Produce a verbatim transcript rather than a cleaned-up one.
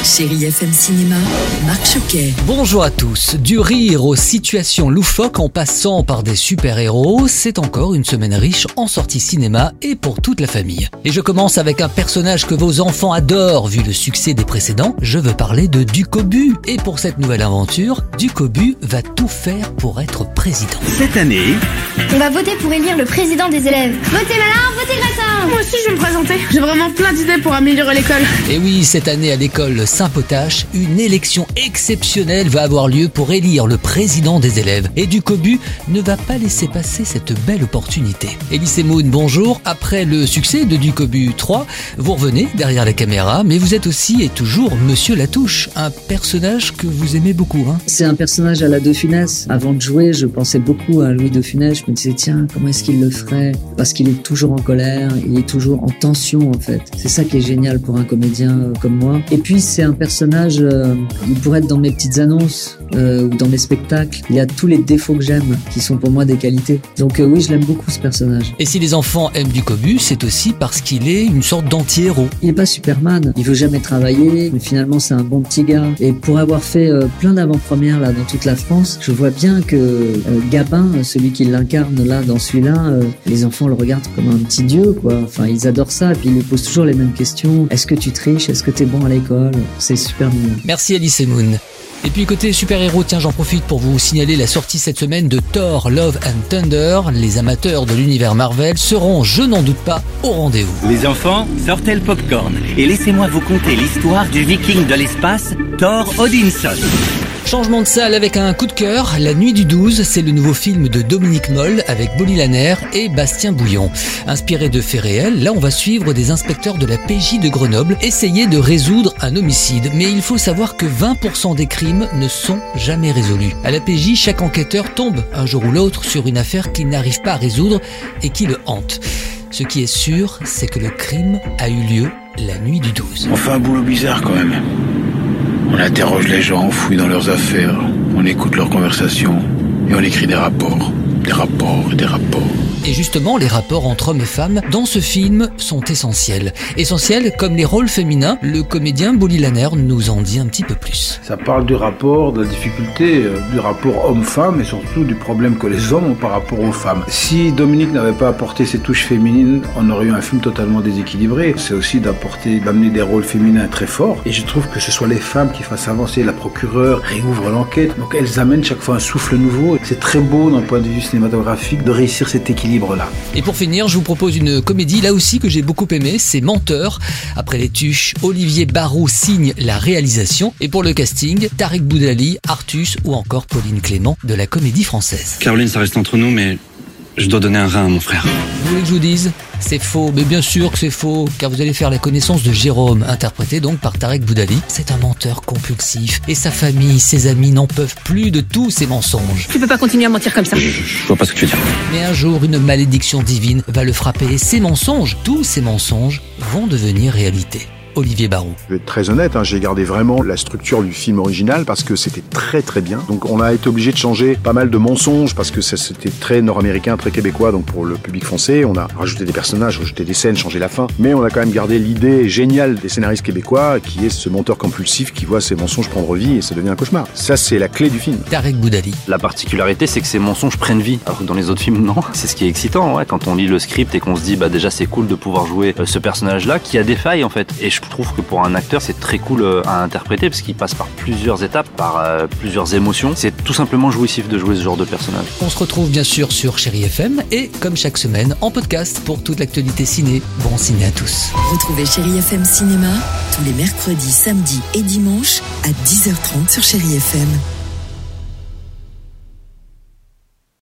Chérie F M Cinéma, Marc Choquet. Bonjour à tous. Du rire aux situations loufoques en passant par des super-héros, c'est encore une semaine riche en sorties cinéma et pour toute la famille. Et je commence avec un personnage que vos enfants adorent vu le succès des précédents. Je veux parler de Ducobu. Et pour cette nouvelle aventure, Ducobu va tout faire pour être président. Cette année, on va voter pour élire le président des élèves. Votez malin, votez gratin. Moi aussi je vais me présenter. J'ai vraiment plein d'idées pour améliorer l'école. Et oui, cette année à l'école Saint-Potache, une élection exceptionnelle va avoir lieu pour élire le président des élèves. Et Ducobu ne va pas laisser passer cette belle opportunité. Elise Moon, bonjour. Après le succès de Ducobu trois, vous revenez derrière la caméra, mais vous êtes aussi et toujours Monsieur Latouche, un personnage que vous aimez beaucoup. Hein. C'est un personnage à la De Funès. Avant de jouer, je pensais beaucoup à Louis De Funès. Je me disais, tiens, comment est-ce qu'il le ferait ? Parce qu'il est toujours en colère, il est toujours en tension en fait. C'est ça qui est génial pour un comédien comme moi. Et puis c'est un personnage, euh, il pourrait être dans mes petites annonces euh, ou dans mes spectacles. Il a tous les défauts que j'aime, qui sont pour moi des qualités. Donc euh, oui, je l'aime beaucoup ce personnage. Et si les enfants aiment Ducobu, c'est aussi parce qu'il est une sorte d'anti-héros. Il n'est pas Superman, il veut jamais travailler, mais finalement c'est un bon petit gars. Et pour avoir fait euh, plein d'avant-premières là dans toute la France, je vois bien que euh, Gabin, celui qui l'incarne là dans celui-là, euh, les enfants le regardent comme un petit dieu quoi. Enfin ils adorent ça et puis ils lui posent toujours les mêmes questions. Est-ce que tu triches ? Est-ce que t'es bon à l'école ? C'est super mignon. Merci Elise Moon. Et puis côté super-héros, tiens, j'en profite pour vous signaler la sortie cette semaine de Thor Love and Thunder. Les amateurs de l'univers Marvel seront, je n'en doute pas, au rendez-vous. les enfants, sortez le popcorn et laissez-moi vous conter l'histoire du viking de l'espace, Thor Odinson. Changement de salle avec un coup de cœur. La Nuit du douze, c'est le nouveau film de Dominique Moll avec Boly Lanner et Bastien Bouillon. Inspiré de faits réels, là on va suivre des inspecteurs de la P J de Grenoble essayer de résoudre un homicide. Mais il faut savoir que vingt pour cent des crimes ne sont jamais résolus. À la P J, chaque enquêteur tombe un jour ou l'autre sur une affaire qu'il n'arrive pas à résoudre et qui le hante. Ce qui est sûr, c'est que le crime a eu lieu la nuit du douze. On fait un boulot bizarre quand même. On interroge les gens, on fouille dans leurs affaires, on écoute leurs conversations et on écrit des rapports, des rapports et des rapports. Et justement, les rapports entre hommes et femmes dans ce film sont essentiels. Essentiels comme les rôles féminins. Le comédien Boly Lanner nous en dit un petit peu plus. Ça parle du rapport, de la difficulté, euh, du rapport homme-femme et surtout du problème que les hommes ont par rapport aux femmes. Si Dominique n'avait pas apporté ses touches féminines, on aurait eu un film totalement déséquilibré. C'est aussi d'apporter, d'amener des rôles féminins très forts. Et je trouve que ce soit les femmes qui fassent avancer. La procureure réouvre l'enquête. Donc elles amènent chaque fois un souffle nouveau. C'est très beau d'un point de vue cinématographique de réussir cet équilibre. Là. Et pour finir, je vous propose une comédie là aussi que j'ai beaucoup aimée, c'est Menteur. Après les tuches, Olivier Barrault signe la réalisation. Et pour le casting, Tarek Boudali, Artus ou encore Pauline Clément de la Comédie Française. Caroline, ça reste entre nous, mais je dois donner un rein à mon frère. Vous voulez que je vous dise ? C'est faux, mais bien sûr que c'est faux, car vous allez faire la connaissance de Jérôme, interprété donc par Tarek Boudali. C'est un menteur compulsif, et sa famille, ses amis n'en peuvent plus de tous ces mensonges. Tu peux pas continuer à mentir comme ça. Je, je vois pas ce que tu veux dire. Mais un jour, une malédiction divine va le frapper, et ces mensonges, tous ces mensonges, vont devenir réalité. Olivier Barrault. Je vais être très honnête, hein, j'ai gardé vraiment la structure du film original parce que c'était très très bien. Donc on a été obligé de changer pas mal de mensonges parce que ça, c'était très nord-américain, très québécois, donc pour le public français. On a rajouté des personnages, rajouté des scènes, changé la fin. Mais on a quand même gardé l'idée géniale des scénaristes québécois qui est ce menteur compulsif qui voit ses mensonges prendre vie et ça devient un cauchemar. Ça c'est la clé du film. Tarek Boudali. La particularité c'est que ces mensonges prennent vie, alors que dans les autres films non. C'est ce qui est excitant, ouais, quand on lit le script et qu'on se dit bah déjà c'est cool de pouvoir jouer euh, ce personnage-là qui a des failles en fait. Et je Je trouve que pour un acteur c'est très cool à interpréter parce qu'il passe par plusieurs étapes, par euh, plusieurs émotions. C'est tout simplement jouissif de jouer ce genre de personnage. On se retrouve bien sûr sur Chérie F M et comme chaque semaine en podcast pour toute l'actualité ciné. Bon ciné à tous. Retrouvez Chérie F M Cinéma tous les mercredis, samedis et dimanches à dix heures trente sur Chérie F M.